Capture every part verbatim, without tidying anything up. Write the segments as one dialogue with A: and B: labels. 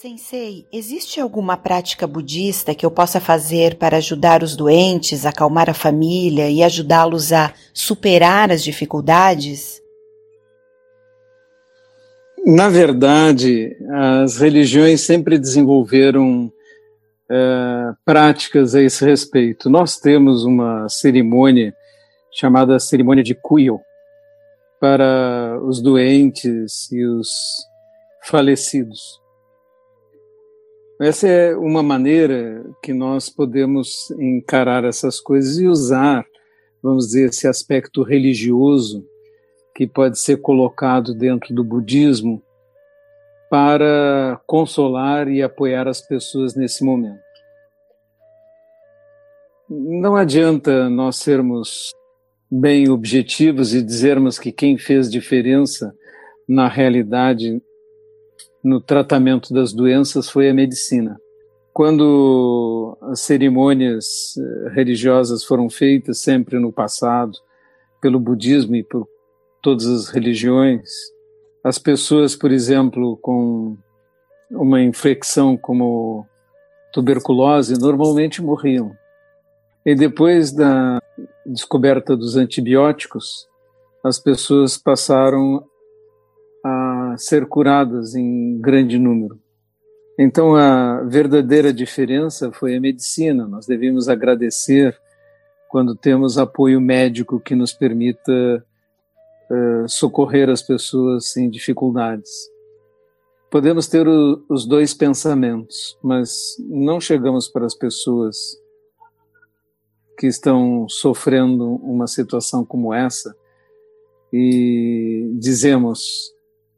A: Sensei, existe alguma prática budista que eu possa fazer para ajudar os doentes, acalmar a família e ajudá-los a superar as dificuldades?
B: Na verdade, as religiões sempre desenvolveram é, práticas a esse respeito. Nós temos uma cerimônia chamada cerimônia de Kuyo para os doentes e os falecidos. Essa é uma maneira que nós podemos encarar essas coisas e usar, vamos dizer, esse aspecto religioso que pode ser colocado dentro do budismo para consolar e apoiar as pessoas nesse momento. Não adianta nós sermos bem objetivos e dizermos que quem fez diferença na realidade no tratamento das doenças foi a medicina. Quando as cerimônias religiosas foram feitas sempre no passado pelo budismo e por todas as religiões, as pessoas, por exemplo, com uma infecção como tuberculose, normalmente morriam. E depois da descoberta dos antibióticos, as pessoas passaram a ser curadas em grande número. Então, a verdadeira diferença foi a medicina. Nós devemos agradecer quando temos apoio médico que nos permita uh, socorrer as pessoas em dificuldades. Podemos ter o, os dois pensamentos, mas não chegamos para as pessoas que estão sofrendo uma situação como essa e dizemos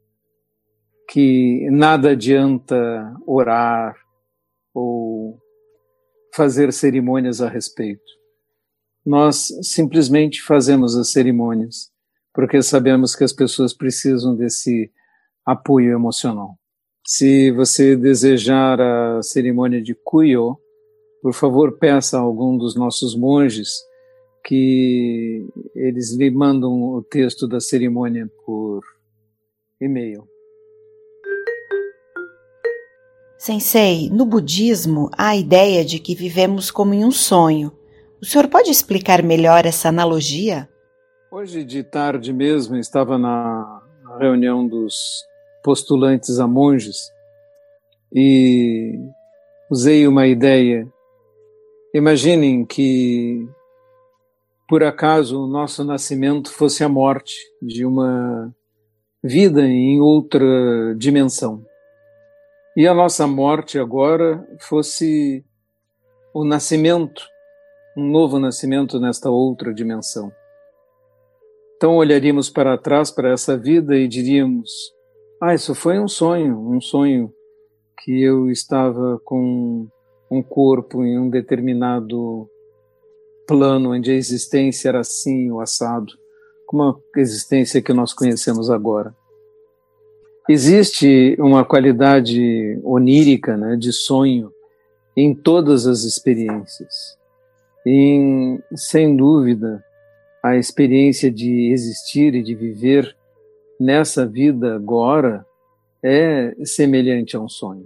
B: que nada adianta orar ou fazer cerimônias a respeito. Nós simplesmente fazemos as cerimônias porque sabemos que as pessoas precisam desse apoio emocional. Se você desejar a cerimônia de Kuyo, por favor, peça a algum dos nossos monges que eles lhe mandam o texto da cerimônia por e-mail.
A: Sensei, no budismo há a ideia de que vivemos como em um sonho. O senhor pode explicar melhor essa analogia?
B: Hoje de tarde mesmo eu estava na reunião dos postulantes a monges e usei uma ideia. Imaginem que, por acaso, o nosso nascimento fosse a morte de uma vida em outra dimensão. E a nossa morte agora fosse o nascimento, um novo nascimento nesta outra dimensão. Então olharíamos para trás, para essa vida e diríamos, ah, isso foi um sonho, um sonho que eu estava com um corpo em um determinado plano onde a existência era assim, o assado, como a existência que nós conhecemos agora. Existe uma qualidade onírica, né, de sonho em todas as experiências. E, sem dúvida, a experiência de existir e de viver nessa vida agora é semelhante a um sonho.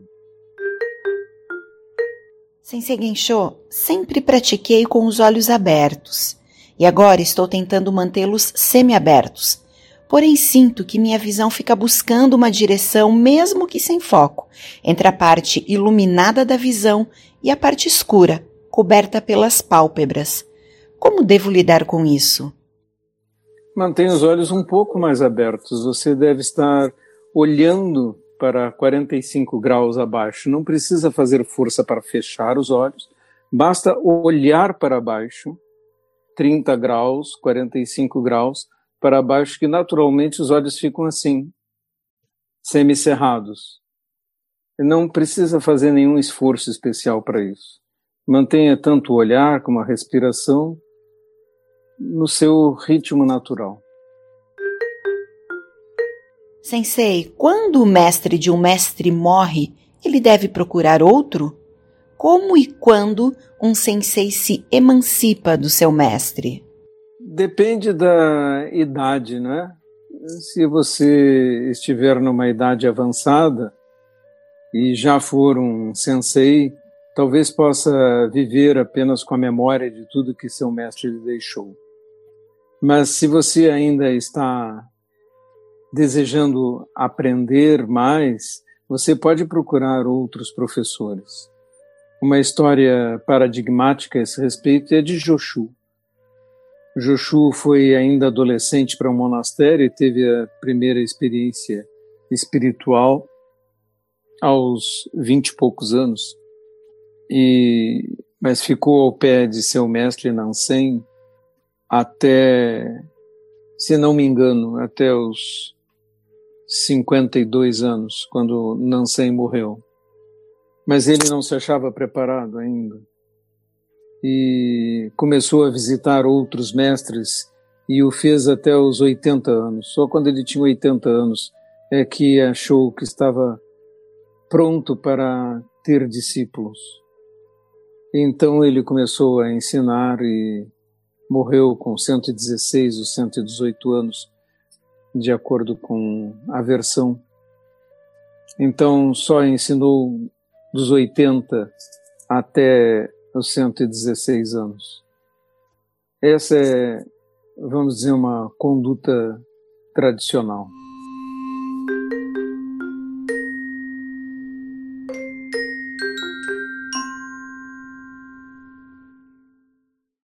A: Sensei Gensho, sempre pratiquei com os olhos abertos e agora estou tentando mantê-los semi-abertos. Porém, sinto que minha visão fica buscando uma direção, mesmo que sem foco, entre a parte iluminada da visão e a parte escura, coberta pelas pálpebras. Como devo lidar com isso?
B: Mantenha os olhos um pouco mais abertos. Você deve estar olhando para quarenta e cinco graus abaixo. Não precisa fazer força para fechar os olhos. Basta olhar para baixo, trinta graus, quarenta e cinco graus, para baixo, que naturalmente os olhos ficam assim, semicerrados. Não precisa fazer nenhum esforço especial para isso. Mantenha tanto o olhar como a respiração no seu ritmo natural.
A: Sensei, quando o mestre de um mestre morre, ele deve procurar outro? Como e quando um sensei se emancipa do seu mestre?
B: Depende da idade, né? Se você estiver numa idade avançada, e já for um sensei, talvez possa viver apenas com a memória de tudo que seu mestre lhe deixou. Mas se você ainda está desejando aprender mais, você pode procurar outros professores. Uma história paradigmática a esse respeito é de Joshu. Joshu foi ainda adolescente para um monastério e teve a primeira experiência espiritual aos vinte e poucos anos, e, mas ficou ao pé de seu mestre Nansen até, se não me engano, até os cinquenta e dois anos, quando Nansen morreu. Mas ele não se achava preparado ainda. E começou a visitar outros mestres e o fez até os oitenta anos. Só quando ele tinha oitenta anos é que achou que estava pronto para ter discípulos. Então ele começou a ensinar e morreu com cento e dezesseis ou cento e dezoito anos, de acordo com a versão. Então só ensinou dos oitenta até os cento e dezesseis anos. Essa é, vamos dizer, uma conduta tradicional.